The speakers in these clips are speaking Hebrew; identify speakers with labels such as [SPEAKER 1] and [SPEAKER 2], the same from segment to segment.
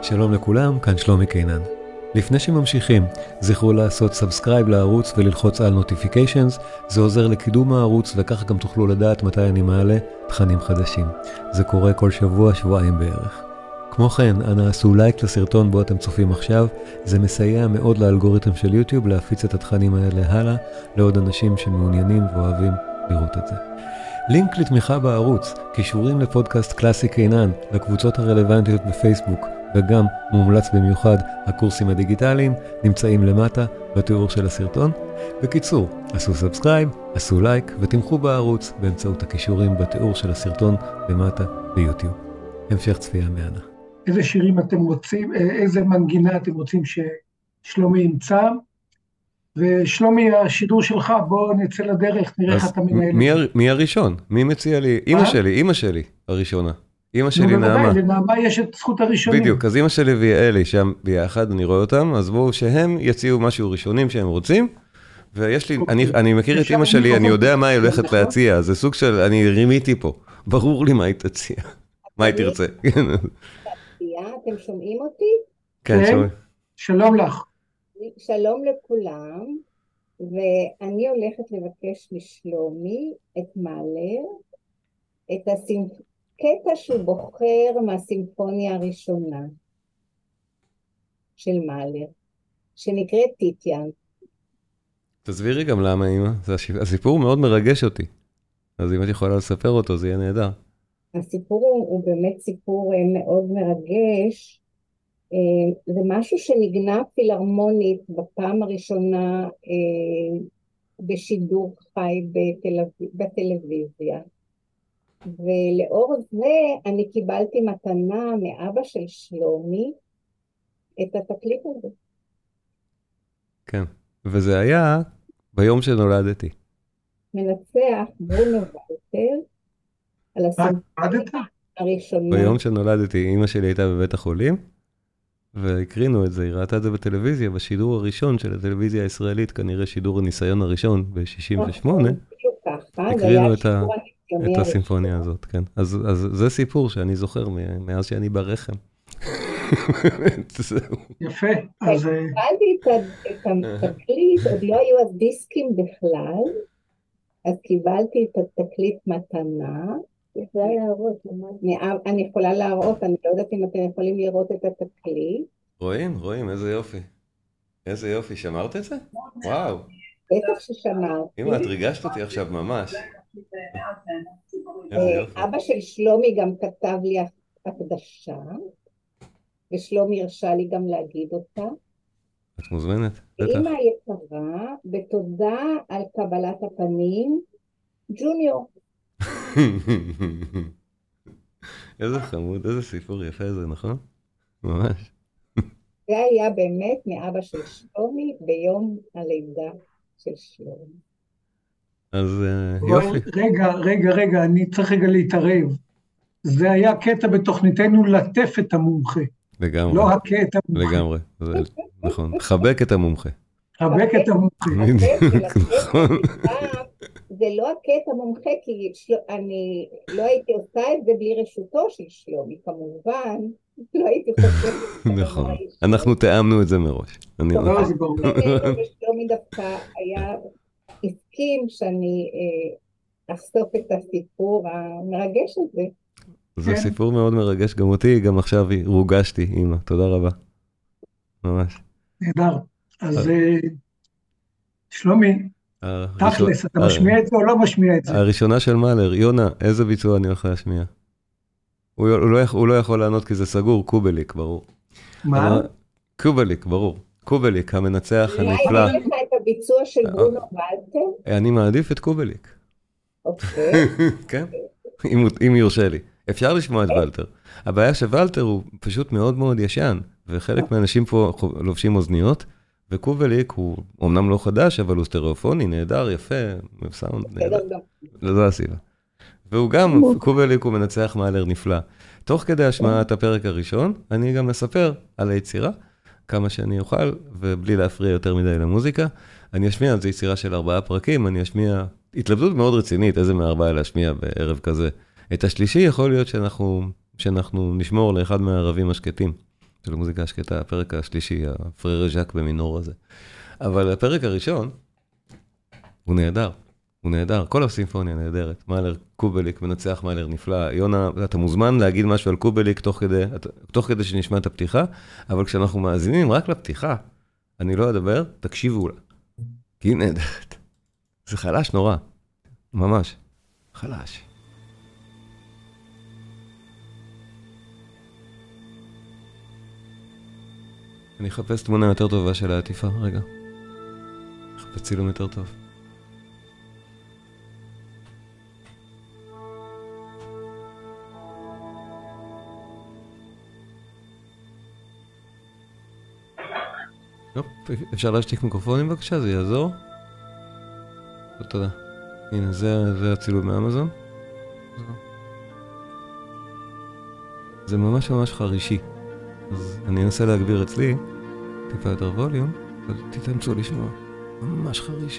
[SPEAKER 1] שלום לכולם, כאן שלומי קינן. לפני שממשיכים, זכרו לעשות סאבסקרייב לערוץ וללחוץ על נוטיפיקיישנס, זה עוזר לקידום הערוץ וכך גם תוכלו לדעת מתי אני מעלה תכנים חדשים. זה קורה כל שבוע, שבועיים בערך. כמו כן, אנא עשו לייק לסרטון בו אתם צופים עכשיו, זה מסייע מאוד לאלגוריתם של יוטיוב להפיץ את התכנים האלה הלאה לעוד אנשים שמעוניינים ואוהבים לראות את זה. לינק לתמיכה בערוץ, קישורים לפודקאסט קלאסי קינן, לקבוצות הרלוונטיות בפייסבוק, וגם מומלץ במיוחד הקורסים הדיגיטליים, נמצאים למטה בתיאור של הסרטון. בקיצור, עשו סאבסקרייב, עשו לייק ותמכו בערוץ באמצעות הקישורים בתיאור של הסרטון למטה ביוטיוב. המשך צפייה מהנה.
[SPEAKER 2] איזה שירים אתם רוצים, איזה מנגינה אתם רוצים ששלומי ימצא? ושלומי, השידור שלך, בוא נצא לדרך, נראה איך אתה מנהל.
[SPEAKER 1] מי הראשון? מי מציע לי? אמא שלי הראשונה. אמא שלי נעמה.
[SPEAKER 2] לנעמה יש את זכות הראשונים.
[SPEAKER 1] בדיוק, אז אמא שלי ויעלי שם ביחד, אני רואה אותם, אז בואו שהם יציעו משהו ראשונים שהם רוצים, ויש לי, אני מכיר את אמא שלי, אני יודע מה היא הולכת להציע, זה סוג של, אני רימיתי פה, ברור לי מה היא תציע, מה היא תרצה.
[SPEAKER 3] אתם שומעים אותי?
[SPEAKER 1] כן, שומעים.
[SPEAKER 2] שלום לך.
[SPEAKER 3] שלום לכולם, ואני הולכת לבקש משלומי את מאלר, את קטע שהוא בוחר מהסימפוניה הראשונה של מאלר, שנקראת טיטיאן.
[SPEAKER 1] תסבירי גם למה, אמא, הסיפור מאוד מרגש אותי, אז אם את יכולה לספר אותו, זה יהיה נהדר.
[SPEAKER 3] הסיפור הוא באמת סיפור מאוד מרגש, זה משהו שנגנה פילהרמונית בפעם הראשונה בשידור חי בטלוויזיה. ולאור זה אני קיבלתי מתנה מאבא של שלומי את התקליט הזה. כן,
[SPEAKER 1] וזה היה ביום שנולדתי.
[SPEAKER 3] מנצח ברונו ולטר על הסימפוניה הראשונה.
[SPEAKER 1] ביום שנולדתי, אמא שלי הייתה בבית החולים, והקרינו את זה, היא ראתה את זה בטלוויזיה, בשידור הראשון של הטלוויזיה הישראלית, כנראה שידור הניסיון הראשון ב-68, הקרינו את הסימפוניה הזאת, כן. אז זה סיפור שאני זוכר מאז שאני ברחם.
[SPEAKER 2] יפה. אז
[SPEAKER 3] קיבלתי את התקליט, עוד לא היו אז דיסקים בכלל, אז קיבלתי את התקליט מתנה, אני יכולה להראות, אני לא יודעת אם אתם יכולים לראות את התקליט.
[SPEAKER 1] רואים, איזה יופי. איזה יופי, שמרת את זה? וואו.
[SPEAKER 3] בטח ששמרתי.
[SPEAKER 1] אמא, את ריגשת אותי עכשיו ממש.
[SPEAKER 3] אבא של שלומי גם כתב לי הקדשה, ושלומי הרשה לי גם להגיד אותה.
[SPEAKER 1] את מוזמנת, בטח.
[SPEAKER 3] אמא יקרה, בתודה על קבלת הפנים, ג'וניור.
[SPEAKER 1] איזה חמוד, איזה סיפור יפה זה, נכון? ממש.
[SPEAKER 3] זה היה באמת מאבא של שלומי ביום הלידה של שלומי.
[SPEAKER 1] אז יופי.
[SPEAKER 2] רגע, אני צריך רגע להתערב. זה היה קטע בתוכניתנו לטף את המומחה.
[SPEAKER 1] לגמרי.
[SPEAKER 2] לא הקטע המומחה.
[SPEAKER 1] לגמרי, זה נכון. חבק את המומחה.
[SPEAKER 2] חבק את המומחה.
[SPEAKER 1] נכון.
[SPEAKER 3] זה לא הקטע מומחה, כי אני לא הייתי עושה את זה בלי רשותו של שלומי, כמובן, לא הייתי חושבת.
[SPEAKER 1] נכון, אנחנו תאמנו את זה מראש.
[SPEAKER 3] שלומי דווקא הסכים שאני אחשוף את הסיפור המרגש הזה.
[SPEAKER 1] זה סיפור מאוד מרגש, גם אותי, גם עכשיו רוגשתי, אמא, תודה רבה. ממש.
[SPEAKER 2] נהדר. אז שלומי, תכלס, אתה משמיע את זה או לא משמיע את זה?
[SPEAKER 1] הראשונה של מאלר, יונה, איזה ביצוע אני הולך להשמיע? הוא לא יכול לענות כי זה סגור, קובליק, ברור.
[SPEAKER 2] מה?
[SPEAKER 1] קובליק, ברור. קובליק, המנצח הנפלא.
[SPEAKER 3] אני לך את הביצוע של ברונו ולטר?
[SPEAKER 1] אני מעדיף את קובליק.
[SPEAKER 3] אוקיי.
[SPEAKER 1] כן? אם יורשה לי. אפשר לשמוע את ולטר. הבעיה שוולטר הוא פשוט מאוד מאוד ישן, וחלק מהאנשים פה לובשים אוזניות, וקובליק הוא אומנם לא חדש, אבל הוא סטריאופוני, נהדר, יפה, סאונד נהדר. זו הסיבה. והוא גם, קובליק הוא מנצח מאלר נפלא. תוך כדי השמעת הפרק הראשון, אני גם אספר על היצירה, כמה שאני אוכל, ובלי להפריע יותר מדי למוזיקה. אני אשמיע, זו יצירה של 4 פרקים, אני אשמיע, התלבטות מאוד רצינית, איזה מ4 להשמיע בערב כזה. את השלישי יכול להיות שאנחנו נשמור לאחד מהערבים השקטים. של המוזיקה השקטה, הפרק השלישי, הפרר ז'אק במינור הזה. אבל הפרק הראשון, הוא נהדר. הוא נהדר, כל הסימפוניה נהדרת. מאלר קובליק, מנצח מאלר נפלא. יונה, אתה מוזמן להגיד משהו על קובליק תוך כדי שנשמע את הפתיחה, אבל כשאנחנו מאזינים רק לפתיחה, אני לא אדבר, תקשיבו לה. כי היא נהדרת. זה חלש נורא. ממש. חלש. אני אחפש תמונה יותר טובה של העטיפה, רגע. אחפש צילום יותר טוב. אפשר להשתיק מיקרופונים בבקשה, זה יעזור. תודה. הנה, זה הצילום מאמזון. זה ממש ממש חרישי. אז אני אנסה להגביר אצלי, טיפה יותר ווליום, אז תתאמצו לשמוע. ממש חרישי.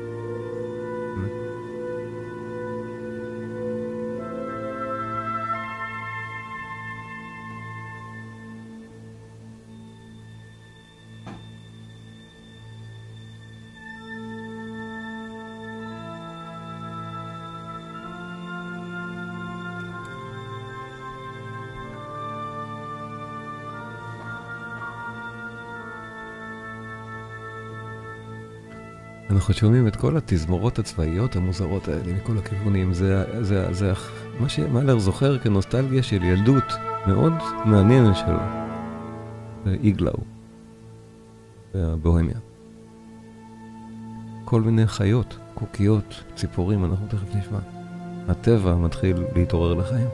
[SPEAKER 1] אנחנו שומעים את כל התזמורות הצבאיות המוזרות האלה מכל הכיוונים. זה מה שמאלר זוכר כנוסטלגיה של ילדות מאוד מעניינת שלו. איגלאו. בבוהמיה. כל מיני חיות, קוקיות, ציפורים, אנחנו תכף נשמע. הטבע מתחיל להתעורר לחיים.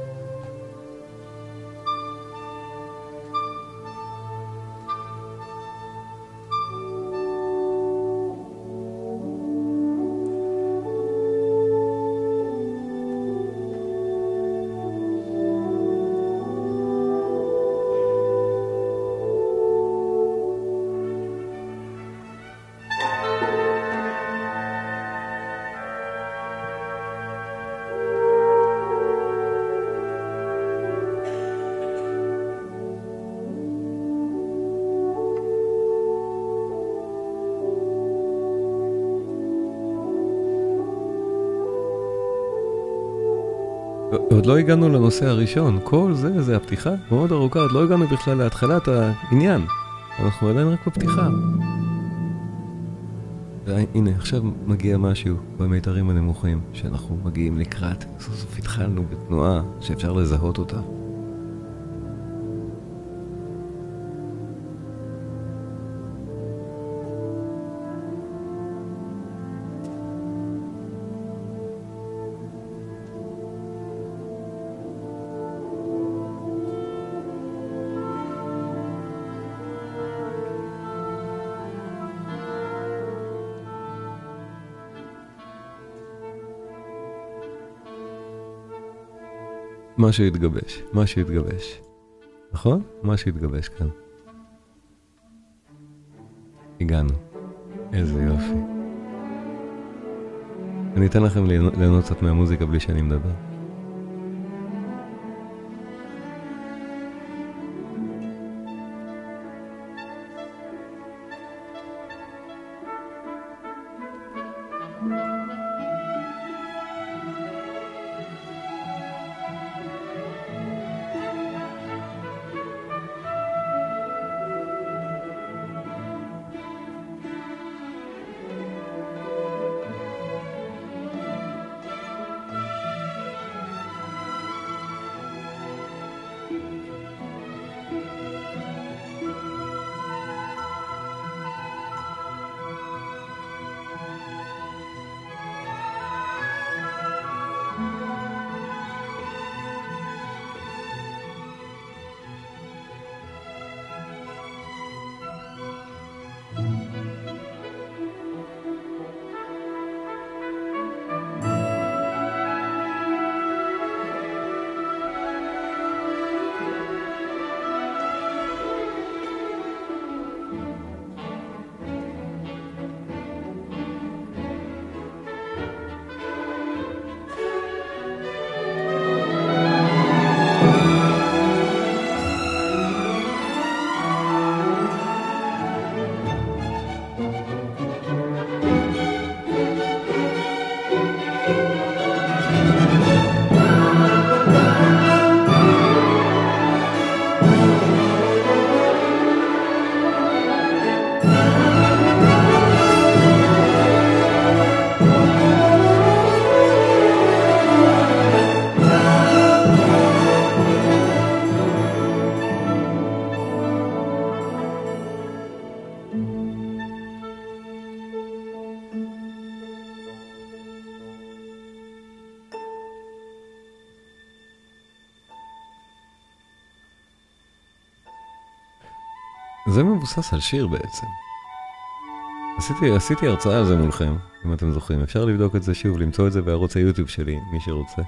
[SPEAKER 1] עוד לא הגענו לנושא הראשון, כל זה הפתיחה מאוד ארוכה, עוד לא הגענו בכלל להתחלת העניין, אנחנו עדיין רק בפתיחה. הנה, עכשיו מגיע משהו במיתרים הנמוכים, שאנחנו מגיעים לקראת, סוף סוף התחלנו בתנועה שאפשר לזהות אותה. מה שהתגבש. נכון? מה שהתגבש כאן. הגענו. איזה יופי. אני אתן לכם ליהנות קצת מהמוזיקה בלי שאני מדבר. זה מבוסס על שיר בעצם. עשיתי הרצאה על זה מולכם, אם אתם זוכרים. אפשר לבדוק את זה שוב, למצוא את זה בערוץ היוטיוב שלי, מי שרוצה.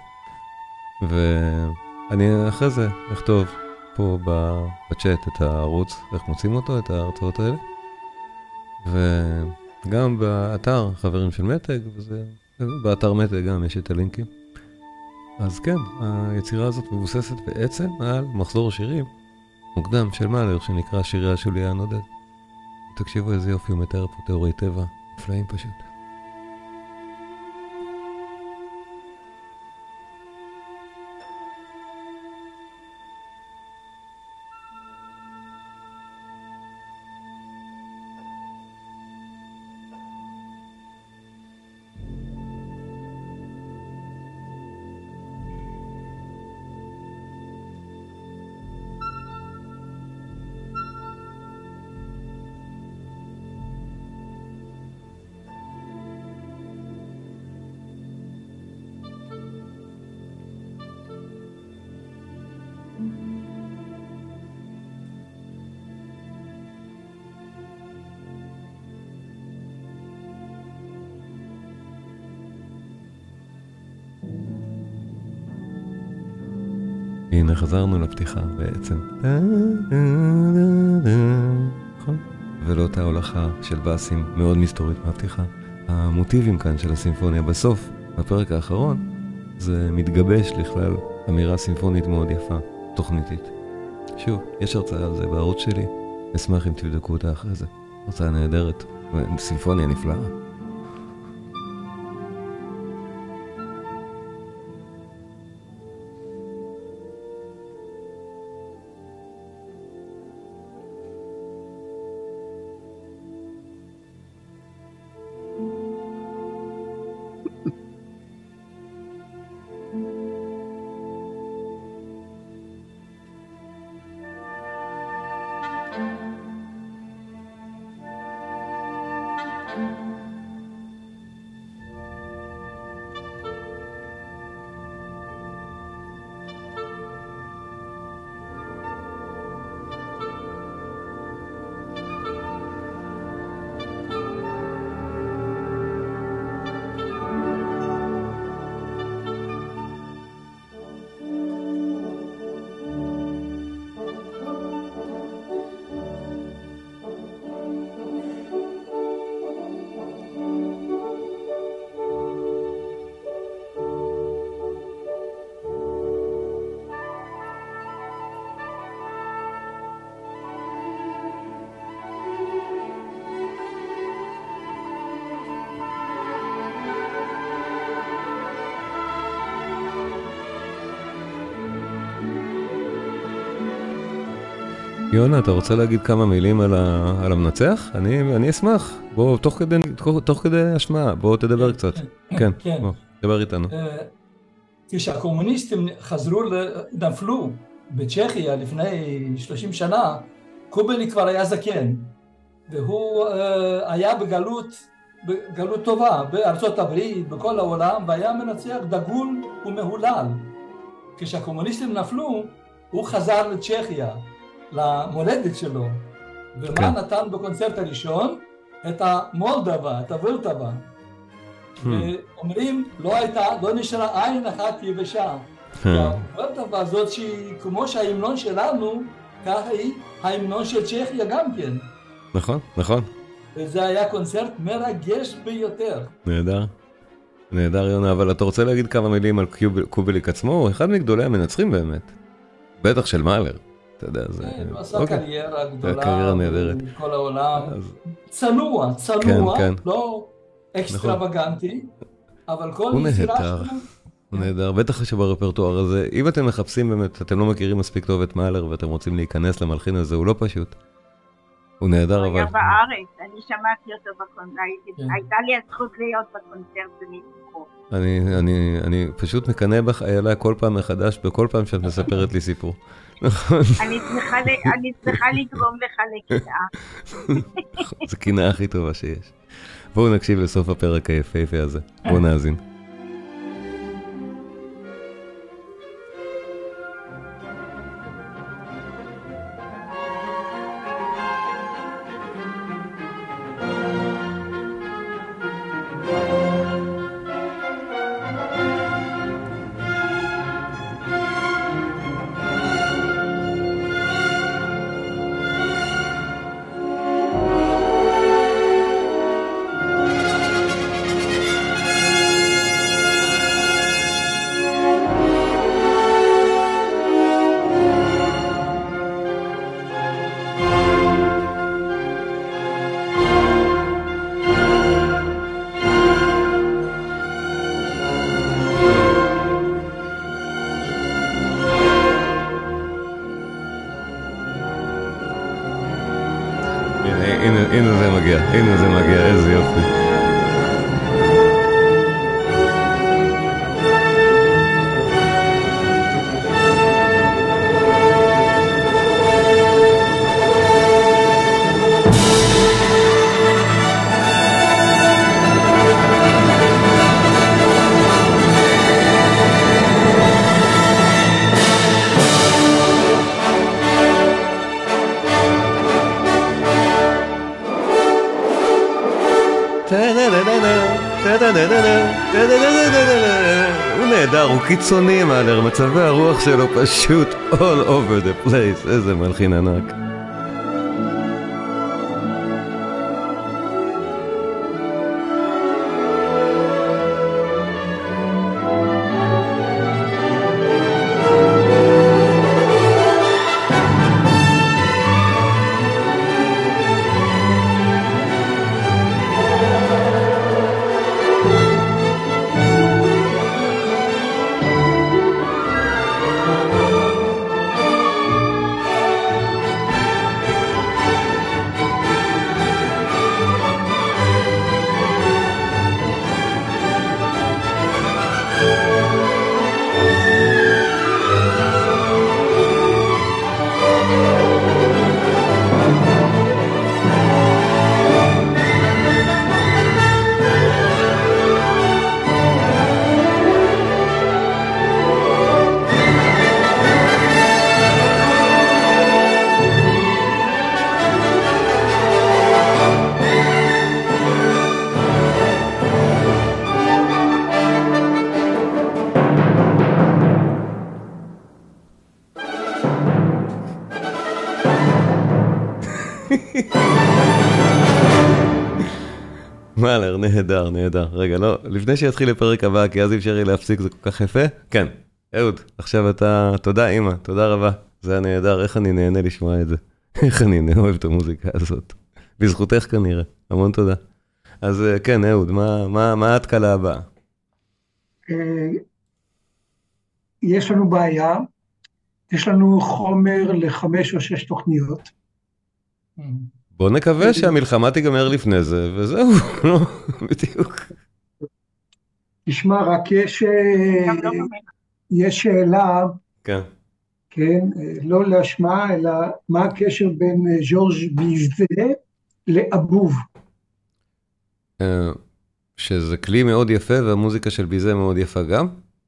[SPEAKER 1] ואני אחרי זה אכתוב פה בצ'אט את הערוץ, איך מוצאים אותו, את ההרצאות האלה. וגם באתר חברים של מתג, באתר מתג גם יש את הלינקים. אז כן, היצירה הזאת מבוססת בעצם על מחזור שירים מוקדם של מאלר שנקרא שירי השולי הנודד. תקשיבו איזה יופי, הוא מתאר פה תיאורי טבע, נפלאים פשוט. הנה חזרנו לפתיחה בעצם. ולאותה הולכה של בסים מאוד מסתורית מהפתיחה. המוטיבים כאן של הסימפוניה בסוף, בפרק האחרון, זה מתגבש לכלל אמירה סימפונית מאוד יפה, תוכניתית. שוב, יש הרצאה על זה בערוץ שלי, אשמח אם תבדקו אותה אחרי זה. הרצאה נהדרת, סימפוניה נפלאה. יונה, אתה רוצה להגיד כמה מילים על המנצח? אני אשמח. בוא, תוך כדי השמעה, בוא תדבר קצת. כן, בוא, דבר איתנו.
[SPEAKER 4] כשהקומוניסטים נפלו בצ'כיה לפני 30 שנה, קובלי כבר היה זקן, והוא היה בגלות טובה, בארצות הברית, בכל העולם, והיה מנצח דגול ומהולל. כשהקומוניסטים נפלו, הוא חזר לצ'כיה. למולדת שלו, ומה נתן בקונצרט הראשון? את המולדובה, את הוולטבה. ואומרים, לא נשארה עין אחת יבשה. הוולטבה הזאת שהיא כמו שההמנון שלנו, ככה היא ההמנון של צ'כיה גם כן.
[SPEAKER 1] נכון, נכון.
[SPEAKER 4] וזה היה קונצרט מרגש ביותר.
[SPEAKER 1] נהדר יונה, אבל אתה רוצה להגיד כמה מילים על קובליק עצמו? הוא אחד מגדולי המנצחים באמת. בטח של מאלר.
[SPEAKER 4] הוא עשה קריירה גדולה בכל העולם, צנוע, לא אקסטרווגנטי, אבל כל יצירה שלנו...
[SPEAKER 1] הוא נהדר, בטח שברפרטואר הזה, אם אתם מחפשים באמת, אתם לא מכירים מספיק טוב את מאלר ואתם רוצים להיכנס למלחין הזה, הוא לא פשוט. הוא נהדר, אבל...
[SPEAKER 5] הוא היה בארץ, אני שמעתי אותו בקונצרט, הייתה לי הזכות להיות בקונצרט בניסוחו.
[SPEAKER 1] אני פשוט מקנא בך, איילה, כל פעם מחדש, בכל פעם שאת מספרת לי סיפור.
[SPEAKER 5] אני צריכה לגרום לך לקנאה.
[SPEAKER 1] זו קנאה הכי טובה שיש. בואו נקשיב לסוף הפרק היפהפה הזה. בואו נאזין. הוא נהדר, הוא קיצוני מאלר, מצבי הרוח שלו פשוט all over the place, איזה מלחין ענק. מאלר, נהדר, נהדר. רגע, לא, לפני שיתחיל לפרק הבא, כי אז אפשר לי להפסיק, זה כל כך יפה. כן, אהוד, עכשיו אתה, תודה אמא, תודה רבה. זה היה נהדר, איך אני נהנה לשמוע את זה. איך אני אוהב את המוזיקה הזאת. בזכותך כנראה, המון תודה. אז כן, אהוד, מה ההתקלה הבאה?
[SPEAKER 2] יש לנו בעיה, יש לנו חומר ל5 או 6 תוכניות.
[SPEAKER 1] בוא נקווה שהמלחמה תיגמר לפני זה, וזהו, לא, בדיוק.
[SPEAKER 2] תשמע, רק יש שאלה, כן, לא להשמע, אלא מה הקשר בין ז'ורג' ביזה לאבוב?
[SPEAKER 1] שזה כלי מאוד יפה, והמוזיקה של ביזה מאוד יפה גם.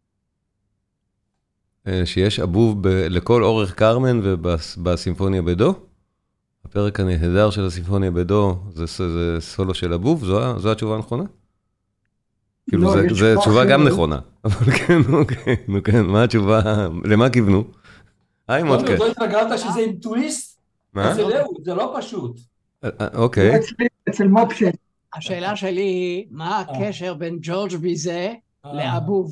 [SPEAKER 1] שיש אבוב לכל אורך קרמן ובסימפוניה בדו. הפרק הנהדר של הסימפוניה בדו, זה סולו של אבוב, זו התשובה הנכונה? כאילו, זו תשובה גם נכונה. אבל כן, אוקיי, מה התשובה, למה כיוונו? היי מודקה.
[SPEAKER 4] לא התרגלת שזה עם טוויסט?
[SPEAKER 1] מה?
[SPEAKER 4] זה לא פשוט.
[SPEAKER 1] אוקיי.
[SPEAKER 2] אצל מודקה.
[SPEAKER 6] השאלה שלי היא, מה הקשר בין ג'ורג' ביזה לאבוב?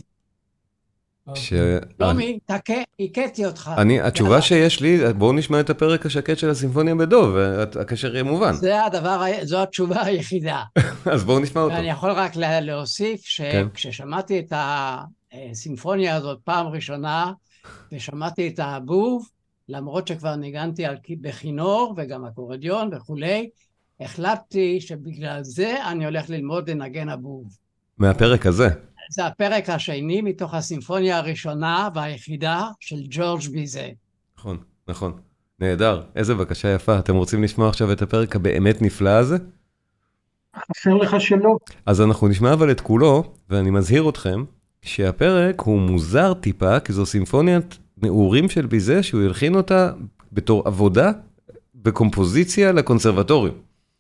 [SPEAKER 6] שלומי, הכיתי אותך.
[SPEAKER 1] התשובה שיש לי, בואו נשמע את הפרק השקט של הסימפוניה בדו, והקשר יהיה מובן.
[SPEAKER 6] זו התשובה היחידה.
[SPEAKER 1] אז בואו נשמע אותו.
[SPEAKER 6] ואני יכול רק להוסיף שכששמעתי את הסימפוניה הזאת פעם ראשונה, ושמעתי את האבוב, למרות שכבר ניגנתי בכינור וגם אקורדיון וכולי, החלטתי שבגלל זה אני הולך ללמוד לנגן אבוב.
[SPEAKER 1] מהפרק הזה?
[SPEAKER 6] זה הפרק השני מתוך הסימפוניה הראשונה והיחידה של ג'ורג' ביזה.
[SPEAKER 1] נכון, נכון. נהדר. איזה בקשה יפה. אתם רוצים לשמוע עכשיו את הפרק הבאמת נפלא הזה?
[SPEAKER 2] חסר לך שלא.
[SPEAKER 1] אז אנחנו נשמע אבל את כולו, ואני מזהיר אתכם שהפרק הוא מוזר טיפה, כי זו סימפוניית נעורים של ביזה, שהוא הלחין אותה בתור עבודה בקומפוזיציה לקונסרבטוריום.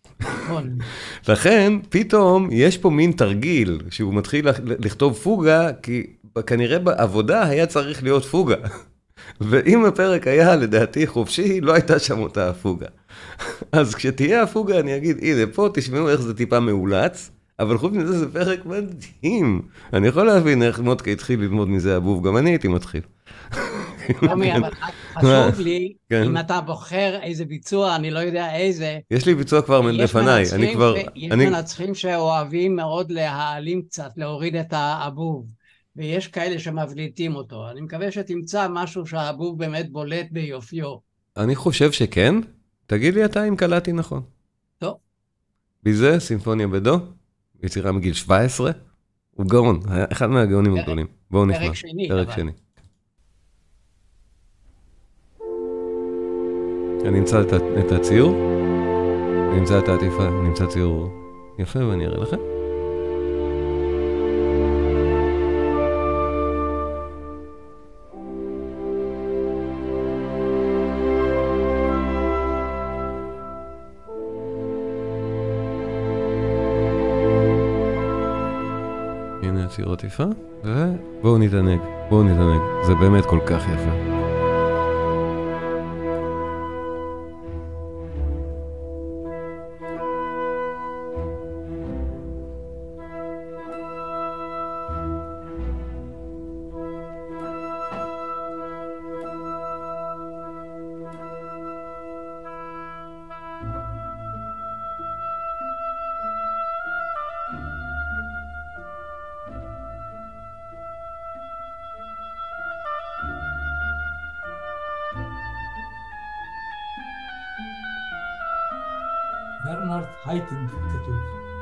[SPEAKER 1] לכן, פתאום יש פה מין תרגיל, שהוא מתחיל לכתוב פוגה, כי כנראה בעבודה היה צריך להיות פוגה. ואם הפרק היה לדעתי חופשי, לא הייתה שם אותה הפוגה. אז כשתהיה הפוגה אני אגיד, הנה פה תשמעו איך זה טיפה מאולץ, אבל חוץ מזה זה פרק מדהים. אני יכול להבין איך מודקה התחיל ללמוד מזה אבוב, גם אני הייתי מתחיל.
[SPEAKER 6] תומי, אבל חשוב לי, אם אתה בוחר איזה ביצוע, אני לא יודע איזה.
[SPEAKER 1] יש לי ביצוע כבר לפניי.
[SPEAKER 6] יש מנצחים שאוהבים מאוד להעלים קצת, להוריד את האבוב, ויש כאלה שמבליטים אותו. אני מקווה שתמצא משהו שהאבוב באמת בולט ביופיו.
[SPEAKER 1] אני חושב שכן. תגיד לי אתה אם קלטתי נכון.
[SPEAKER 6] טוב.
[SPEAKER 1] ביזה, סימפוניה בדו, יצירה מגיל 17, הוא גאון, אחד מהגאונים הגדולים. בואו נשמע. פרק שני. אני אמצא את הציור, אני אמצא את העטיפה, אני אמצא ציור יפה ואני אראה לכם. הנה הצירות יפה, ובואו נתענג, בואו נתענג, זה באמת כל כך יפה.
[SPEAKER 4] ברנרד הייטינג כתוב.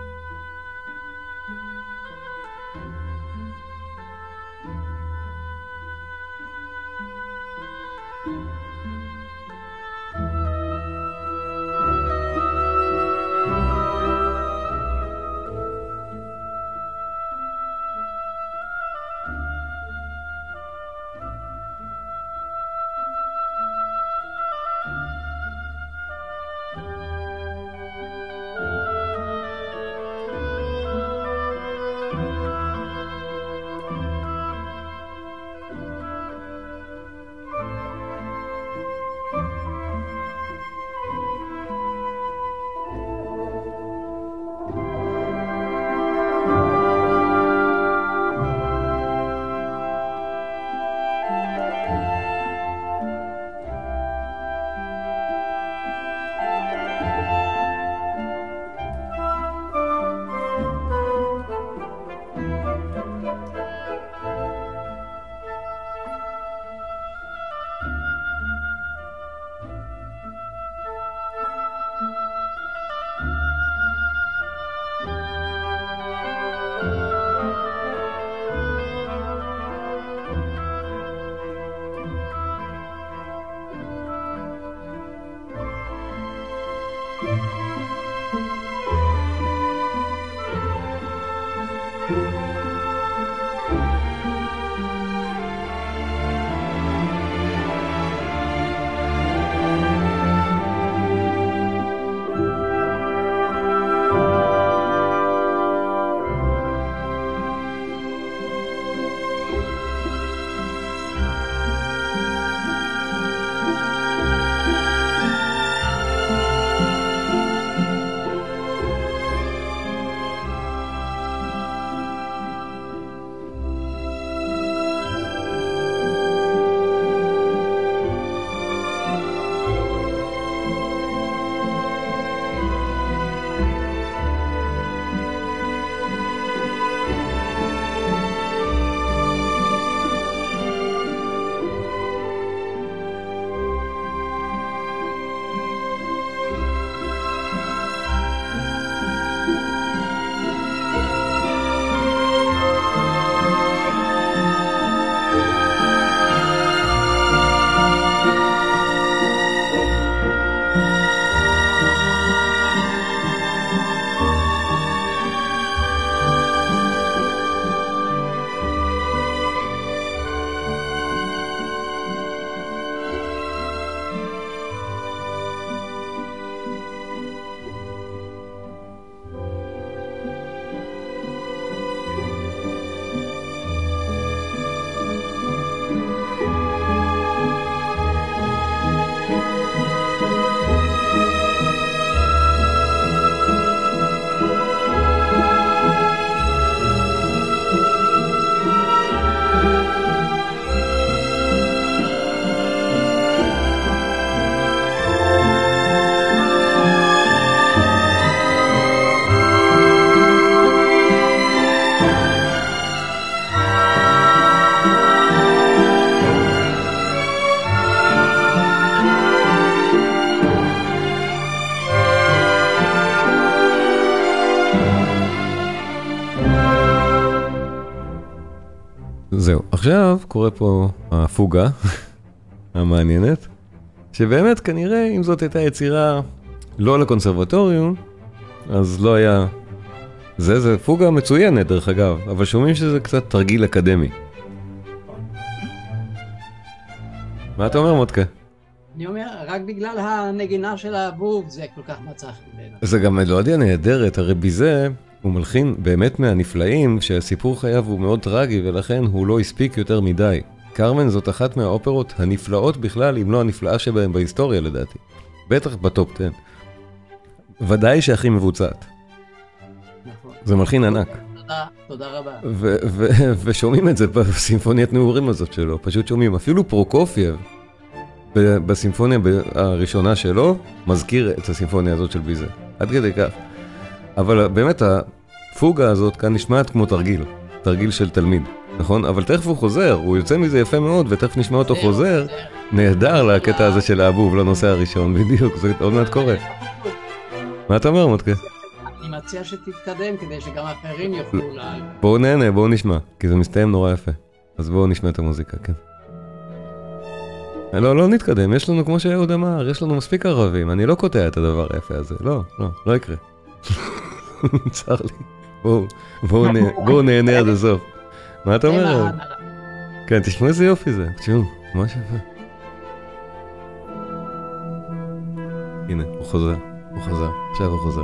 [SPEAKER 1] זהו, עכשיו קורה פה הפוגה המעניינת, שבאמת כנראה אם זאת הייתה יצירה לא לקונסרבטוריום, אז לא היה... זה פוגה מצוינת דרך אגב, אבל שומעים שזה קצת תרגיל אקדמי. מה אתה אומר מותקה?
[SPEAKER 6] אני אומר, רק בגלל הנגינה של האבוב זה כל כך מצא חן בעיניי.
[SPEAKER 1] זה גם מלודיה נהדרת, הרי בזה הוא מלחין באמת מהנפלאים, שהסיפור חייו הוא מאוד טרגי, ולכן הוא לא הספיק יותר מדי. קרמן זאת אחת מהאופרות הנפלאות בכלל, אם לא הנפלאה שבהם בהיסטוריה לדעתי. בטח בטופ 10. ודאי שהכי מבוצעת.
[SPEAKER 6] נכון.
[SPEAKER 1] זה מלחין ענק.
[SPEAKER 6] תודה רבה.
[SPEAKER 1] ושומעים את זה בסימפוניית נעורים הזאת שלו, פשוט שומעים. אפילו פרוקופייב, בסימפוניה הראשונה שלו, מזכיר את הסימפוניה הזאת של ביזה. עד כדי כך. אבל באמת הפוגה הזאת כאן נשמעת כמו תרגיל של תלמיד, נכון? אבל תכף הוא חוזר, הוא יוצא מזה יפה מאוד, ותכף נשמע אותו חוזר, נהדר לקטע הזה של האבוב, לנושא הראשון, בדיוק, זה עוד מעט קורה. מה אתה אומר, מותקה?
[SPEAKER 6] אני מציע שתתקדם כדי שגם אחרים יוכלו
[SPEAKER 1] בואו נהנה, בואו נשמע, כי זה מסתיים נורא יפה. אז בואו נשמע את המוזיקה, כן. לא נתקדם, יש לנו, כמו שאהוד אמר, יש לנו מספיק ערבים, אני לא קוטע את הדבר היפה הזה, לא יקרה. צר לי. בואו נהנה עד הסוף. מה אתה אומר? כן, תשמעו איזה יופי זה. תשמעו, ממש יפה. הנה, הוא חוזר. עכשיו הוא חוזר.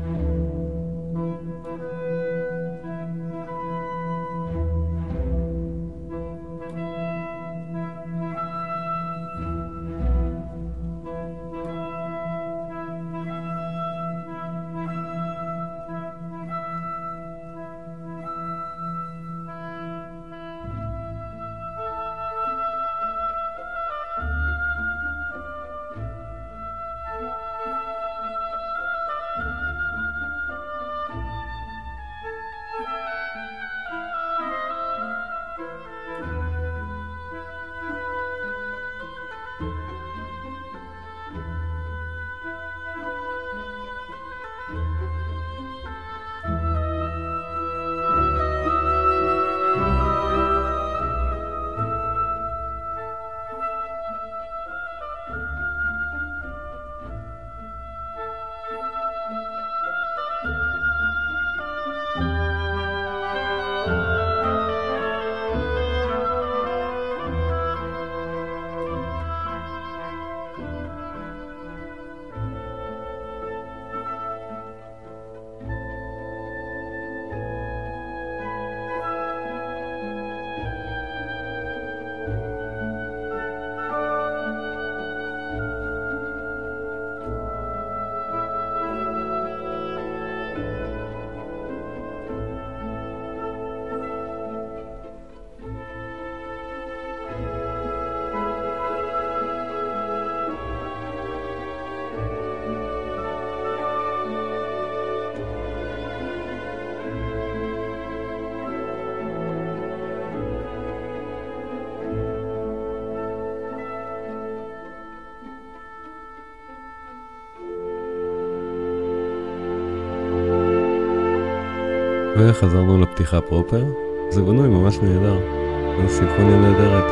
[SPEAKER 1] וחזרנו לפתיחה פרופר. זה בנוי ממש נהדר. זו סימפוניה נהדרת.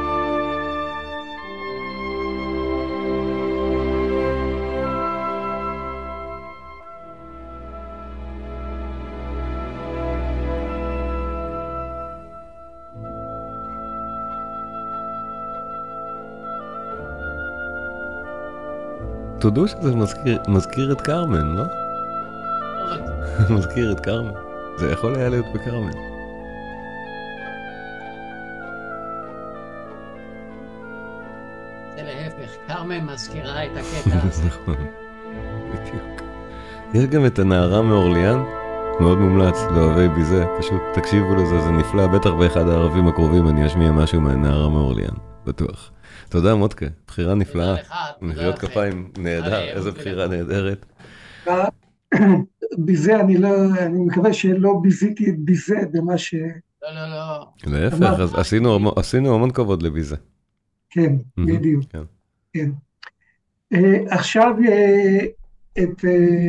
[SPEAKER 1] תודו שזה מזכיר את קרמן, לא? מזכיר את קרמן. זה יכול היה להיות בקרמן.
[SPEAKER 6] זה להפך, קרמן מזכירה את הקטע הזה.
[SPEAKER 1] נכון, בדיוק. יש גם את הנערה מאורליאן, מאוד מומלץ לאוהבי ביזה, פשוט תקשיבו לזה, זה נפלא, בטח באחד הערבים הקרובים אני אשמיע משהו מהנערה מאורליאן, בטוח. תודה מותקה, בחירה נפלאה, מחיאות כפיים נהדר, איזה בחירה נהדרת.
[SPEAKER 2] ביזה, אני מקווה שלא ביזיתי את ביזה במה ש...
[SPEAKER 6] לא.
[SPEAKER 1] להפך, אז עשינו המון כבוד לביזה.
[SPEAKER 2] כן, בדיוק. כן. עכשיו את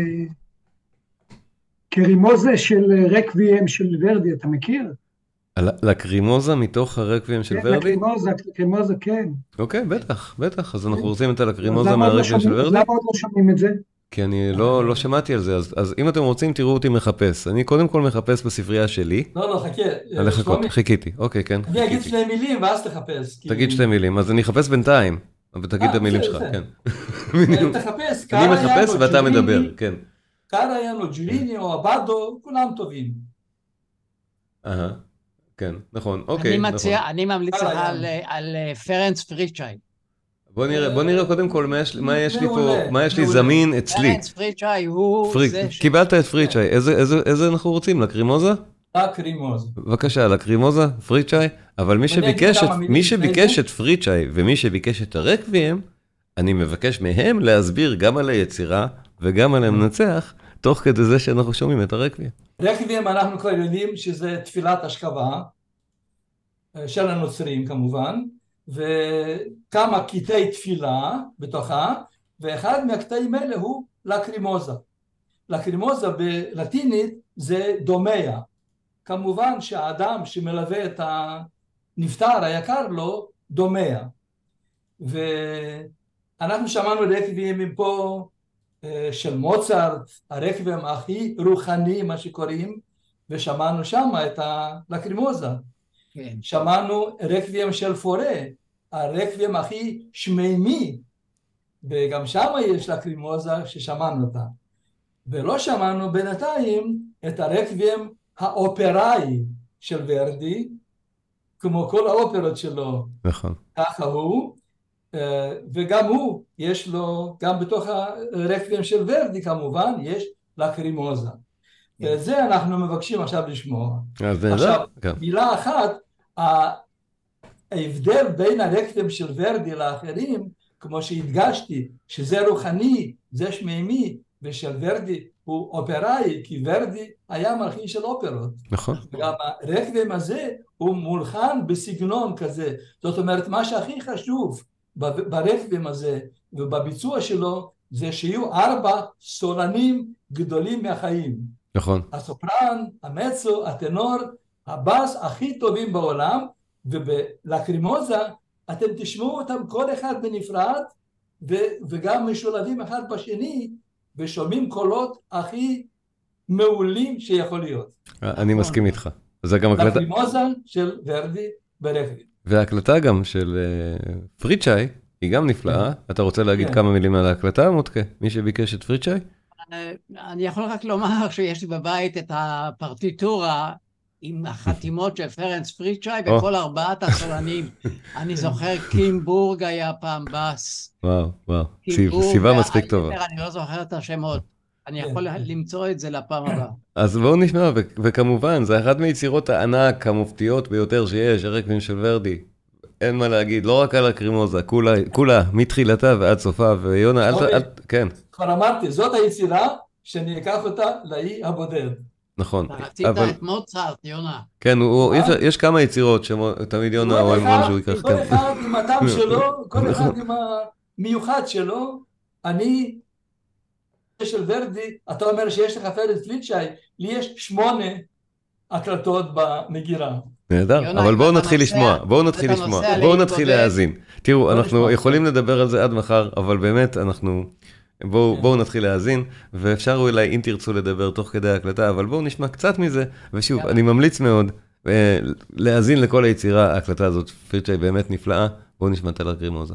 [SPEAKER 2] קרימוזה של רקוויאם של ורדי, אתה מכיר?
[SPEAKER 1] לקרימוזה מתוך הרקוויאם של ורדי?
[SPEAKER 2] לקרימוזה, כן.
[SPEAKER 1] אוקיי, בטח, אז אנחנו רוצים את הקרימוזה מהרקוויאם של ורדי?
[SPEAKER 2] למה עוד לא שומעים את זה?
[SPEAKER 1] כי אני לא שמעתי על זה, אז אם אתם רוצים תראו אותי מחפש. אני קודם כל מחפש בספרייה שלי.
[SPEAKER 4] לא, חכה.
[SPEAKER 1] חיכיתי, אוקיי, כן.
[SPEAKER 4] אני אגיד שתי מילים ואז תחפש.
[SPEAKER 1] תגיד שתי מילים, אז אני אחפש בינתיים, ותגיד את המילים שלך, כן.
[SPEAKER 4] תחפש.
[SPEAKER 1] אני מחפש ואתה מדבר, כן.
[SPEAKER 4] קראיין או ג'ריני או אבדו, כולם טובים.
[SPEAKER 7] כן, נכון, אוקיי.
[SPEAKER 6] אני ממליץ לך על פרנץ פריצ'אי.
[SPEAKER 7] בוא נראה קודם כל מה יש לי פה, מה יש לי זמין אצלי.
[SPEAKER 6] פרנץ פריצ'אי הוא...
[SPEAKER 7] קיבלת את פריצ'אי, איזה אנחנו רוצים? לקרימוזה?
[SPEAKER 4] לקרימוזה.
[SPEAKER 7] בבקשה, לקרימוזה, פריצ'אי, אבל מי שביקש את פריצ'אי ומי שביקש את הרקוויאם, אני מבקש מהם להסביר גם על היצירה וגם על המנצח, תוך כדי זה שאנחנו שומעים את הרקוויאם.
[SPEAKER 4] רקוויאם אנחנו כבר יודעים שזה תפילת השכבה, של הנוצרים כמובן, וכמה קטעי תפילה בתוכה, ואחד מהקטעים האלה הוא לקרימוזה. לקרימוזה בלטינית זה דומיה. כמובן שהאדם שמלווה את הנפטר היקר לו, דומיה. ואנחנו שמענו רקוויאמים פה של מוצרט, הרקוויאם הכי רוחני, מה שקוראים, ושמענו שם את הלקרימוזה. כן. שמענו רקוויאם של פורה, הרקוויאם הכי שמימי, וגם שם יש לקרימוזה ששמענו אותה. ולא שמענו בינתיים את הרקוויאם האופראי של ורדי, כמו כל האופרות שלו.
[SPEAKER 7] נכון.
[SPEAKER 4] ככה הוא, וגם הוא, יש לו, גם בתוך הרקוויאם של ורדי כמובן, יש לקרימוזה. וזה אנחנו מבקשים עכשיו לשמוע. עכשיו, מילה אחת, ההבדל בין הרקוויאם של ורדי לאחרים, כמו שהדגשתי, שזה רוחני, זה שמימי, ושל ורדי הוא אופראי, כי ורדי היה מלחין של אופרות.
[SPEAKER 7] נכון.
[SPEAKER 4] וגם הרקוויאם הזה הוא מולחן בסגנון כזה. זאת אומרת, מה שהכי חשוב ברקוויאם הזה ובביצוע שלו, זה שיהיו 4 סולנים גדולים מהחיים.
[SPEAKER 7] נכון.
[SPEAKER 4] הסופרן, המצו, הטנור, הבאס הכי טובים בעולם, ובלקרימוזה אתם תשמעו אותם כל אחד בנפרד, וגם משולבים אחד בשני, ושומעים קולות הכי מעולים שיכול להיות.
[SPEAKER 7] אני מסכים איתך. זה גם הקלטה...
[SPEAKER 4] לקרימוזה של ורדי ברקוויאם.
[SPEAKER 7] וההקלטה גם של פריצ'אי, היא גם נפלאה. אתה רוצה להגיד כמה מילים על ההקלטה, מותקה? מי שביקש את פריצ'אי?
[SPEAKER 6] אני יכול רק לומר שיש לי בבית את הפרטיטורה עם החתימות של פרנץ פריצ'אי וכל 4 הסולנים. אני זוכר קימבורג היה פעם בס.
[SPEAKER 7] וואו. סיבה מספיק טובה.
[SPEAKER 6] אני לא זוכר את השמות. אני יכול למצוא את זה לפעם הבאה.
[SPEAKER 7] אז בואו נשמע, וכמובן, זה אחת מיצירות הענק המופתיות ביותר שיש, הרקוויאם של ורדי. אין מה להגיד, לא רק על הקרימוזה, כולה, מתחילתה ועד סופה, ויונה, כן.
[SPEAKER 4] כבר אמרתי, זאת היצירה שאני אקח אותה לאי הבודד.
[SPEAKER 7] נכון.
[SPEAKER 6] רצית את מוצרט, יונה.
[SPEAKER 7] כן, יש כמה יצירות שתמיד יונה אוהב משהו ייקח.
[SPEAKER 4] כל אחד עם הטעם שלו, כל אחד עם המיוחד שלו. אני, של ורדי, אתה אומר שיש לך פרנץ פריצ'אי, לי יש 8 הקלטות במגירה.
[SPEAKER 7] נהדר, אבל בואו נתחיל לשמוע, בואו נתחיל להאזין. תראו, אנחנו יכולים לדבר על זה עד מחר, אבל באמת בואו נתחיל להאזין, ואפשר אולי אם תרצו לדבר תוך כדי ההקלטה, אבל בואו נשמע קצת מזה, ושוב, אני ממליץ מאוד להאזין לכל היצירה, ההקלטה הזאת, פריצ'אי באמת נפלאה, בואו נשמע את הלקרימוזה.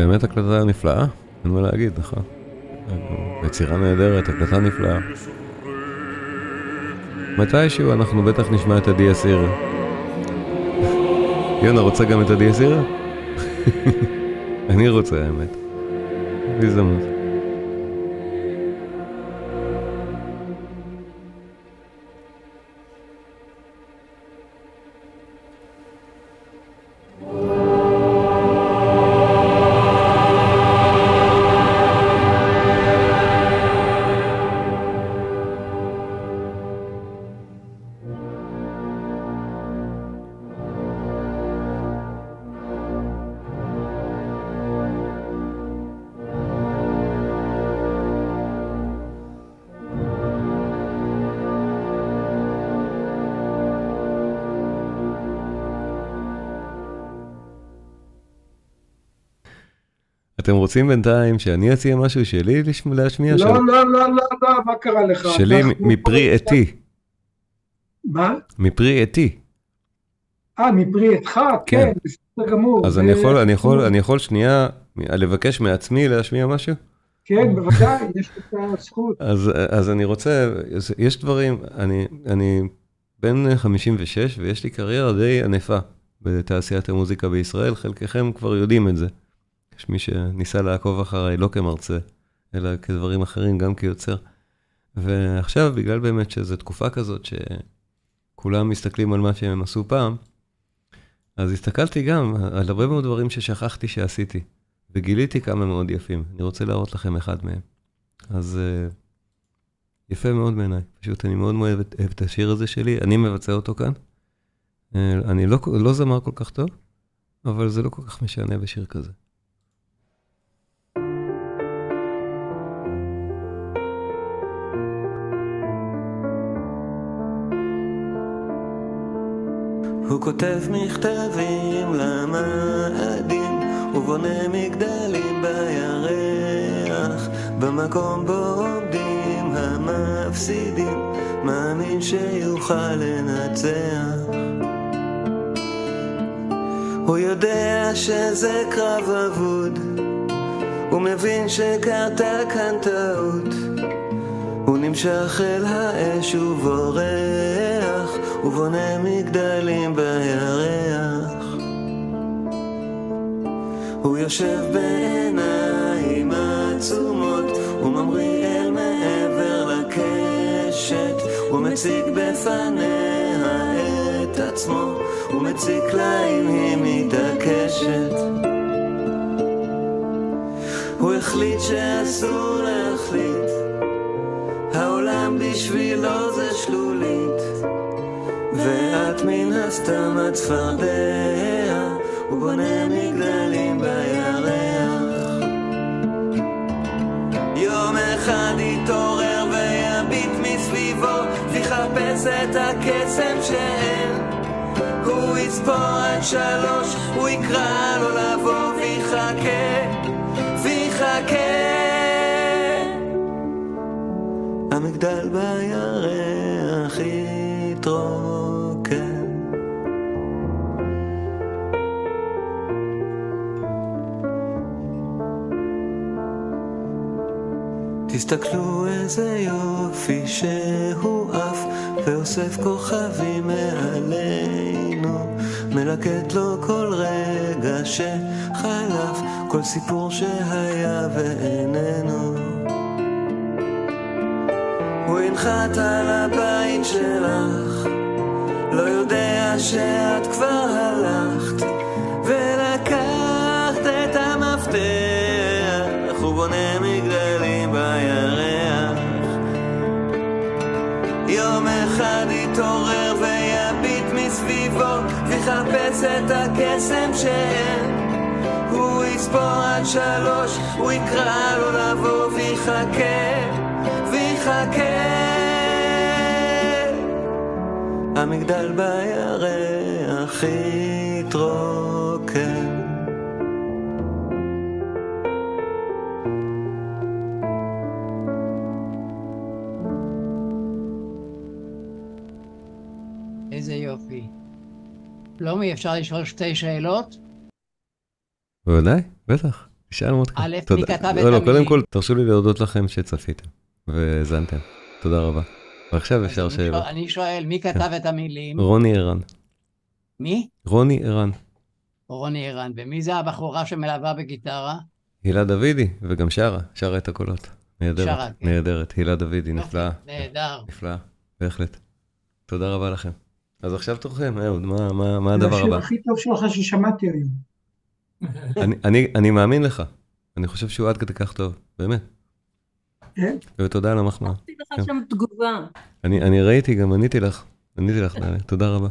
[SPEAKER 7] באמת הקלטה נפלאה, אין מה להגיד, נכון? יצירה נהדרת, הקלטה נפלאה. מתישהו אנחנו בטח נשמע את הדיאס אירה. יונה, רוצה גם את הדיאס אירה? אני רוצה, האמת. בהזדמנות. אתם רוצים בינתיים שאני אציע משהו שלי להשמיע?
[SPEAKER 2] לא, מה קרה לך?
[SPEAKER 7] שלי מפרי עתי.
[SPEAKER 2] מה?
[SPEAKER 7] מפרי עתי.
[SPEAKER 2] מפרי עתך? כן, בסדר גמור.
[SPEAKER 7] אז אני יכול שנייה לבקש מעצמי להשמיע משהו?
[SPEAKER 2] כן, בוודאי, יש את הזכות.
[SPEAKER 7] אז אני רוצה, יש דברים, אני בן 56 ויש לי קריירה די ענפה בתעשיית המוזיקה בישראל, חלקכם כבר יודעים את זה. יש מי שניסה לעקוב אחריי, לא כמרצה, אלא כדברים אחרים, גם כיוצר. ועכשיו, בגלל באמת שזו תקופה כזאת שכולם מסתכלים על מה שהם עשו פעם, אז הסתכלתי גם על הרבה מאוד דברים ששכחתי שעשיתי, וגיליתי כמה מאוד יפים. אני רוצה להראות לכם אחד מהם. אז יפה מאוד בעיניי. פשוט אני מאוד אוהב את השיר הזה שלי, אני מבצע אותו כאן. אני לא זמר כל כך טוב, אבל זה לא כל כך משנה בשיר כזה.
[SPEAKER 8] הוא כותב מכתבים למאדים ובונה מגדלים בירח, במקום בו עומדים המפסידים, מאמין שיוכל לנצח. הוא יודע שזה קרב אבוד, הוא מבין שקרתה כאן טעות, הוא נמשך אל האש ובורח, ובונה מגדלים בירח. הוא יושב בעיניים עצומות וממריא אל מעבר לקשת, הוא מציג בפניה את עצמו, הוא מציג לה אם היא מתעקשת. הוא החליט שאסור להחליט, העולם בשבילו זה שלולית, ואת מן הסתם הצפרדע, הוא בונה מגדלים בירח. יום אחד יתעורר ויביט מסביבו, ויחפש את הקסם שאין, הוא יספור עד 3, הוא יקרא לו לבוא ויחכה, המגדל בירח יתרוקן. תסתכלו איזה יופי שהוא עף ואוסף כוכבים מעלינו, מלקט לו כל רגע שחלף, כל סיפור שהיה ואיננו. הוא ינחת על הבית שלך, לא יודע שאת כבר הלכת ולקחת את המפתח, הוא בונה מגדלים בירח. יום אחד יתעורר ויביט מסביבו, ויחפש את הקסם שאין, הוא יספור עד 3, הוא יקרא לו לבוא ויחכה, המגדל בירח יתרוקן.
[SPEAKER 6] איזה יופי. שלומי, אפשר לשאול 2 שאלות?
[SPEAKER 7] בוודאי, בטח. נשאל מאוד כאן.
[SPEAKER 6] א', מי כתב את המילים?
[SPEAKER 7] לא, קודם כל, תרשו לי להודות לכם שצפיתם והזנתם. תודה רבה. ועכשיו אפשר שאלות.
[SPEAKER 6] אני שואל, מי כתב את המילים?
[SPEAKER 7] רוני ערן.
[SPEAKER 6] מי?
[SPEAKER 7] רוני ערן.
[SPEAKER 6] רוני ערן. ומי זה הבחורה שמלווה בגיטרה?
[SPEAKER 7] הילה דוידי, וגם שרה את הקולות. נהדרת,
[SPEAKER 6] כן.
[SPEAKER 7] נהדרת. הילה דוידי, נפלאה.
[SPEAKER 6] נהדר.
[SPEAKER 7] נפלאה, בהחלט. תודה רבה לכם. אז עכשיו תורכם, אהוד, מה הדבר הבא?
[SPEAKER 2] זה הכי טוב שלך ששמעתי היום.
[SPEAKER 7] אני מאמין לך. אני חושב שהוא עד כדי כך טוב, באמת.
[SPEAKER 2] כן?
[SPEAKER 7] ותודה על המחמאה.
[SPEAKER 9] עשיתי לך שם תגובה.
[SPEAKER 7] אני ראיתי, גם עניתי לך, דליה. תודה רבה.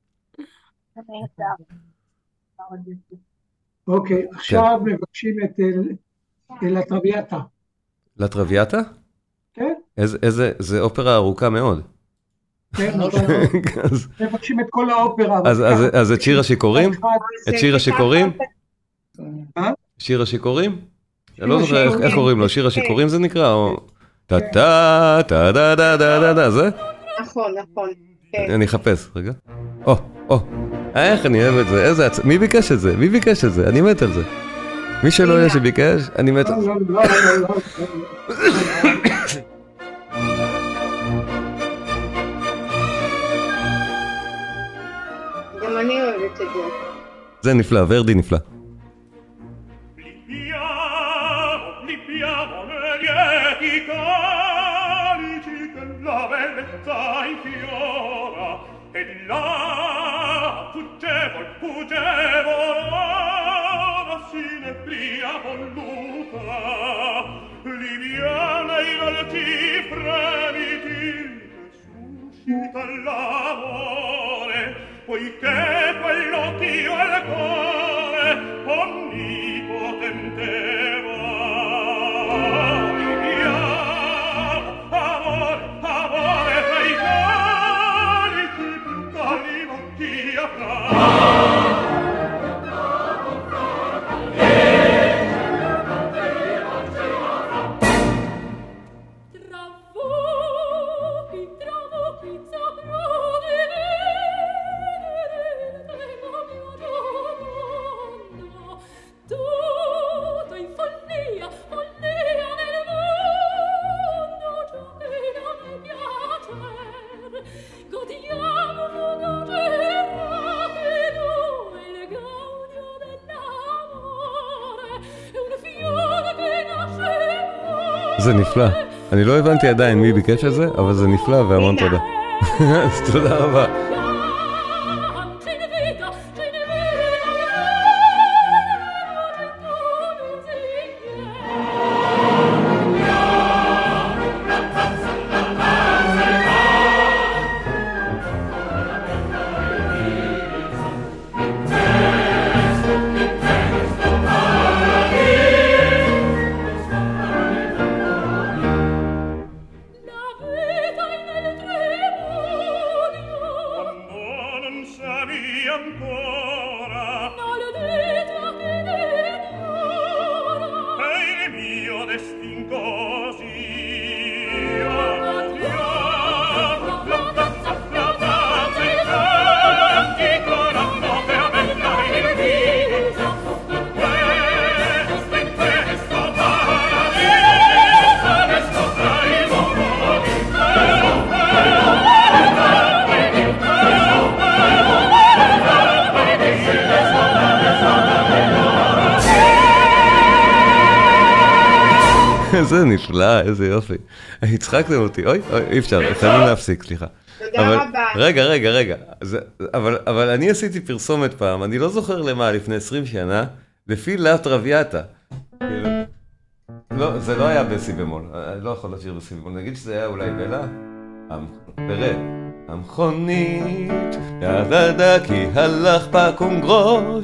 [SPEAKER 2] אוקיי, עכשיו מבקשים את לטרוויאטה.
[SPEAKER 7] לטרוויאטה?
[SPEAKER 2] כן.
[SPEAKER 7] זה אופרה ארוכה מאוד.
[SPEAKER 2] כן, מבקשים את כל האופרה.
[SPEAKER 7] אז את שיר השיכורים? את שיר השיכורים? שיר השיכורים? אני לא זוכר איך קוראים לו, שיר השיכורים זה נקרא? טה טה טה טה טה טה, זה?
[SPEAKER 3] נכון.
[SPEAKER 7] אני אחפש, רגע. איך אני אוהב את זה, מי ביקש את זה? מי ביקש את זה? אני מת על זה. מי שלא יהיה שביקש, אני מת על זה.
[SPEAKER 3] גם אני אוהבת את זה.
[SPEAKER 7] זה נפלא, ורדי נפלא.
[SPEAKER 10] Poiché quello che io al cuore onnipotente amore fra i carichi più calimo chi avrà
[SPEAKER 7] זה נפלא. אני לא הבנתי עדיין מי ביקש את זה, אבל זה נפלא והמון תודה. אז תודה רבה. זה נפלא, איזה יופי. הצחקתם אותי, אוי, אי אפשר, חייבים להפסיק, סליחה.
[SPEAKER 3] תודה רבה.
[SPEAKER 7] רגע. אבל אני עשיתי פרסומת פעם, אני לא זוכר למה, לפני 20 שנה, לפי לה טרוויאטה. לא, זה לא היה בסי במול, אני לא יכול לשיר בסי במול, נגיד שזה היה אולי בלה, תראה, המכונית, דדה כי הלך פקום גרוש,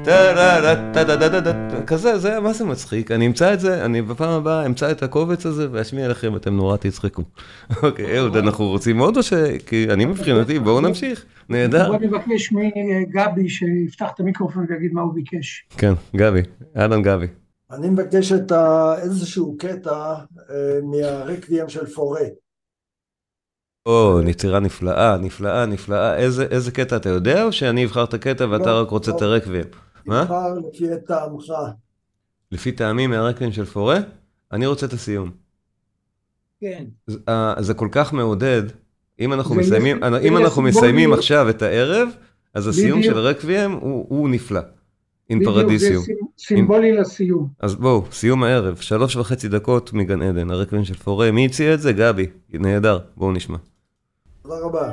[SPEAKER 7] כזה, זה מה זה מצחיק, אני אמצא את זה, אני בפעם הבאה אמצא את הקובץ הזה ואשמיע לכם, אתם נורא תצחקו. אוקיי, אהוד, אנחנו רוצים עוד או כי אני מבחינתי, בואו נמשיך, נהדר.
[SPEAKER 2] בוא נבקש מגבי שיפתח את המיקרופון ויגיד מה הוא ביקש.
[SPEAKER 7] כן, גבי, אהלן גבי.
[SPEAKER 11] אני מבקש איזשהו קטע מהרקוויאם של פורה.
[SPEAKER 7] יצירה נפלאה. איזה קטע אתה יודע, או שאני אבחר את הקטע ואתה רק רוצה את הרקוויאם?
[SPEAKER 11] תבחר לפי טעמך.
[SPEAKER 7] לפי טעמים מהרקבים של פורה, אני רוצה את הסיום.
[SPEAKER 6] כן.
[SPEAKER 7] זה כל כך מעודד, אם אנחנו מסיימים עכשיו את הערב, אז הסיום של הרקבים הוא נפלא. אין פרדיסיום.
[SPEAKER 2] זה סימבולי לסיום.
[SPEAKER 7] אז בואו, סיום הערב, 3.5 דקות מגן עדן, הרקבים של פורה. מי הציע את זה? גבי. נהדר, בואו נשמע.
[SPEAKER 11] תודה רבה.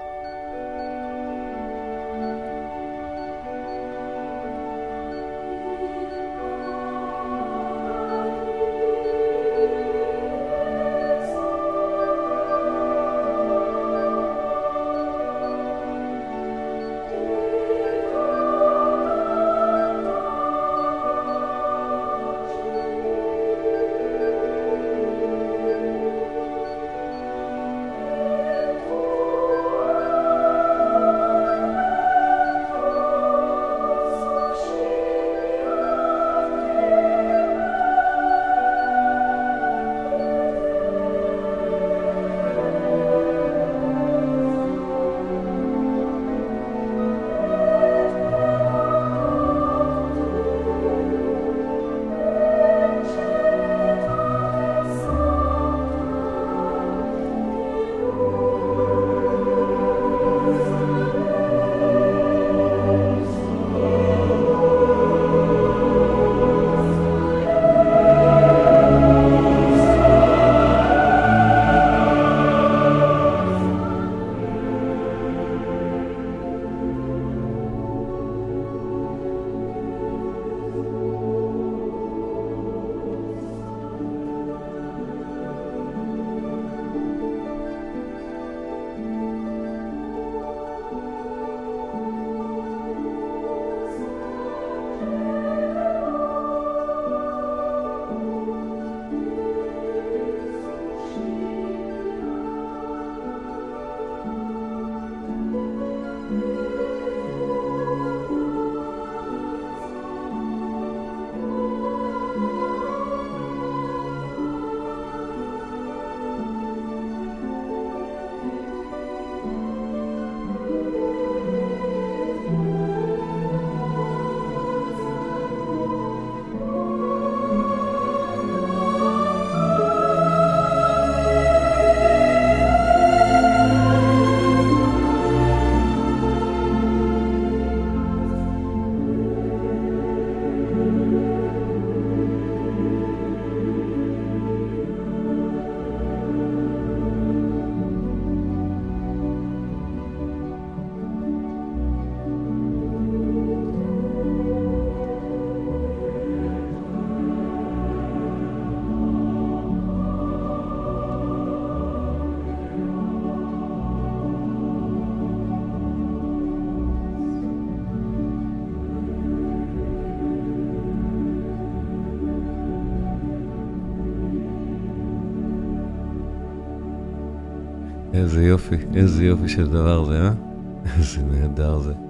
[SPEAKER 7] איזה יופי של דבר זה, איזה נהדר זה.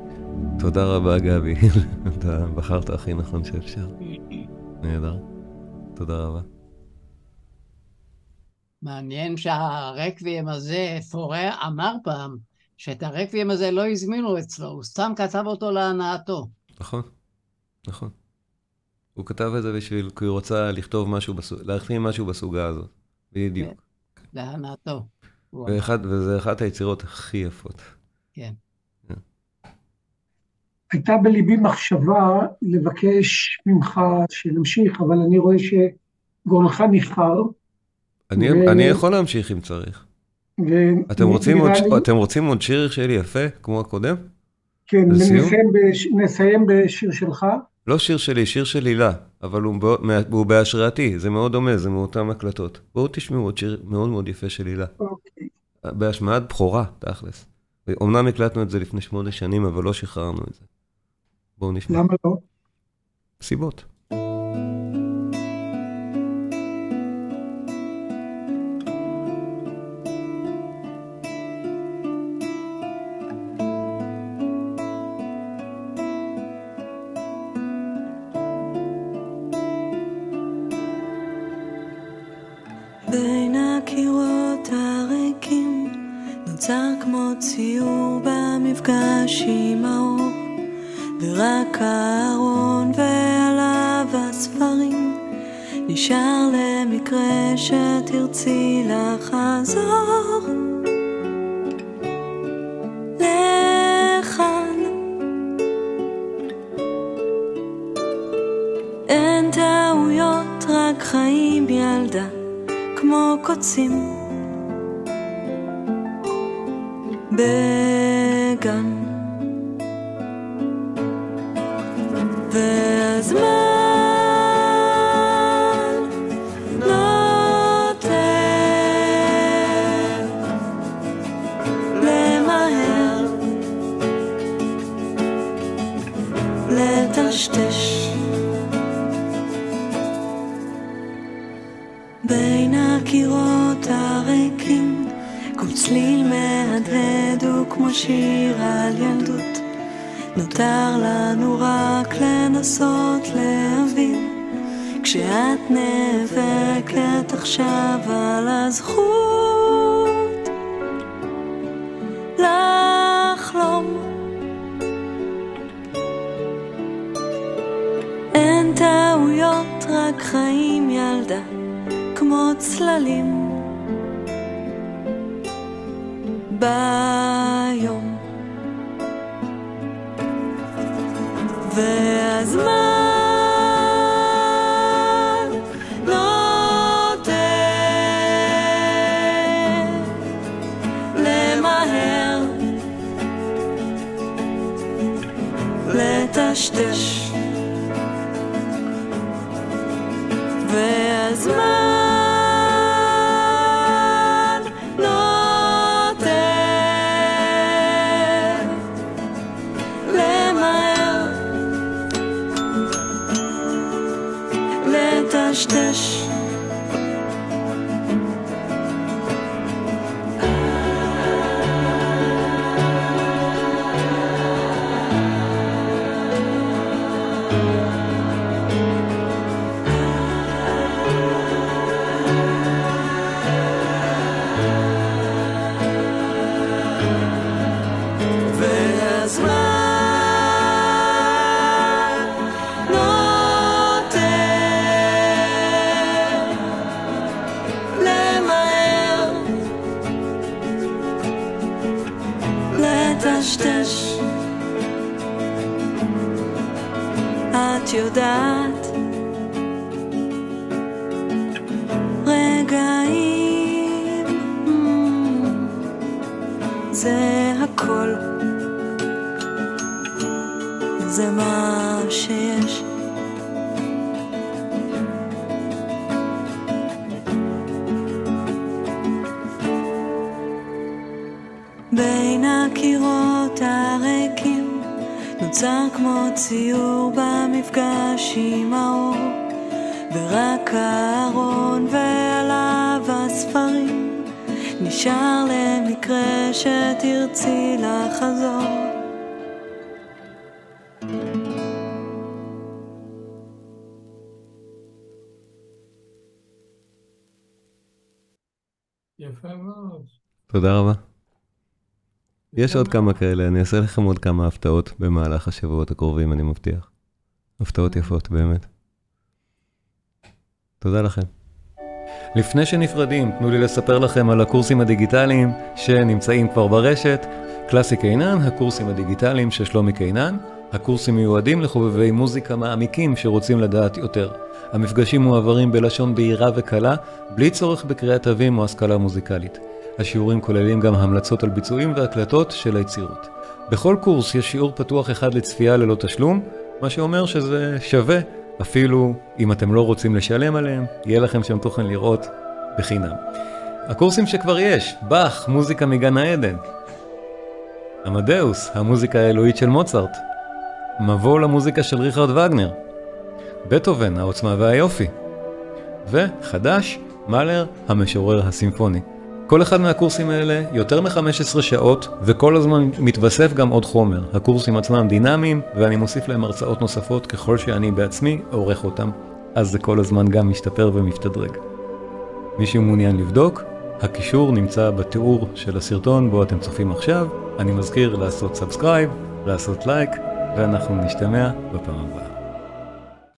[SPEAKER 7] תודה רבה, גבי. אתה בחרת הכי נכון שאפשר. נהדר. תודה רבה.
[SPEAKER 6] מעניין שהרקבים הזה, פורה אמר פעם, שאת הרקבים הזה לא הזמינו אצלו, הוא סתם כתב אותו להנאתו.
[SPEAKER 7] נכון, נכון. הוא כתב את זה בשביל, כי הוא רוצה לכתוב משהו, להכתים משהו בסוגה הזאת. בדיוק.
[SPEAKER 6] להנאתו.
[SPEAKER 7] וזה אחת היצירות הכי יפות.
[SPEAKER 6] כן.
[SPEAKER 2] הייתה בליבי מחשבה לבקש ממך שנמשיך, אבל אני רואה שגורלך נחר.
[SPEAKER 7] אני יכול להמשיך אם צריך. אתם רוצים עוד שיר שלי יפה, כמו הקודם?
[SPEAKER 2] כן, נסיים בשיר שלך.
[SPEAKER 7] לא שיר שלי, שיר של הילה, אבל הוא בהשראתי, זה מאוד דומה, זה מאותן הקלטות. בואו תשמעו עוד שיר מאוד מאוד יפה של הילה.
[SPEAKER 2] אוקיי.
[SPEAKER 7] בהשמעת בחורה, תכלס. אמנם הקלטנו את זה לפני 8 שנים, אבל לא שחררנו את זה. בואו נשמע.
[SPEAKER 2] למה לא?
[SPEAKER 7] סיבות.
[SPEAKER 8] בין הקירות הריקים נוצר כמו ציור במפגש עם האור, ורק הארון ועליו והספרים, נשאר למקרה שתרצי לחזור לכאן. אין טעויות, רק חיים ילדה כמו קוצים בגן, והזמן נוטה למהר, לטשטש בין הקירות הריקים. כל צליל מהדהד הוא כמו שיר על ילדות, נותר לנו רק לנסות להבין, כשאת נאבקת עכשיו על הזכות לחלום. אין טעויות, רק חיים ילדה כמו צללים ביום, והזמן נוטה למהר, לטשטש, והזמן לטשטש. לטשטש. את יודעת, רגעים זה הכל, זה מה שיש. בין הקירות הריקים נוצר כמו ציור במפגש עם האור, ורק הארון ועליו הספרים נשאר למקרה שתרצי לחזור.
[SPEAKER 4] יפה מאוד.
[SPEAKER 7] תודה רבה. יש עוד כמה כאלה, אני אעשה לכם עוד כמה הפתעות במהלך השבועות הקרובים, אני מבטיח. הפתעות יפות, באמת. תודה לכם.
[SPEAKER 1] לפני שנפרדים, תנו לי לספר לכם על הקורסים הדיגיטליים שנמצאים כבר ברשת. קלאסי קינן, הקורסים הדיגיטליים של שלומי קינן. הקורסים מיועדים לחובבי מוזיקה מעמיקים שרוצים לדעת יותר. המפגשים מועברים בלשון בהירה וקלה, בלי צורך בקריאת תווים או השכלה מוזיקלית. השיעורים כוללים גם המלצות על ביצועים והקלטות של היצירות. בכל קורס יש שיעור פתוח אחד לצפייה ללא תשלום, מה שאומר שזה שווה, אפילו אם אתם לא רוצים לשלם עליהם, יהיה לכם שם תוכן לראות בחינם. הקורסים שכבר יש, באך, מוזיקה מגן העדן. עמדאוס, המוזיקה האלוהית של מוצרט. מבוא למוזיקה של ריכרד וגנר. בטהובן, העוצמה והיופי. וחדש, מאלר, המשורר הסימפוני. כל אחד מהקורסים האלה יותר מ-15 שעות, וכל הזמן מתווסף גם עוד חומר. הקורסים עצמם דינמיים, ואני מוסיף להם הרצאות נוספות ככל שאני בעצמי עורך אותם. אז זה כל הזמן גם משתפר ומפתדרג. מי שמעוניין לבדוק, הקישור נמצא בתיאור של הסרטון בו אתם צופים עכשיו. אני מזכיר לעשות סאבסקרייב, לעשות לייק, ואנחנו נשתמע בפעם הבאה.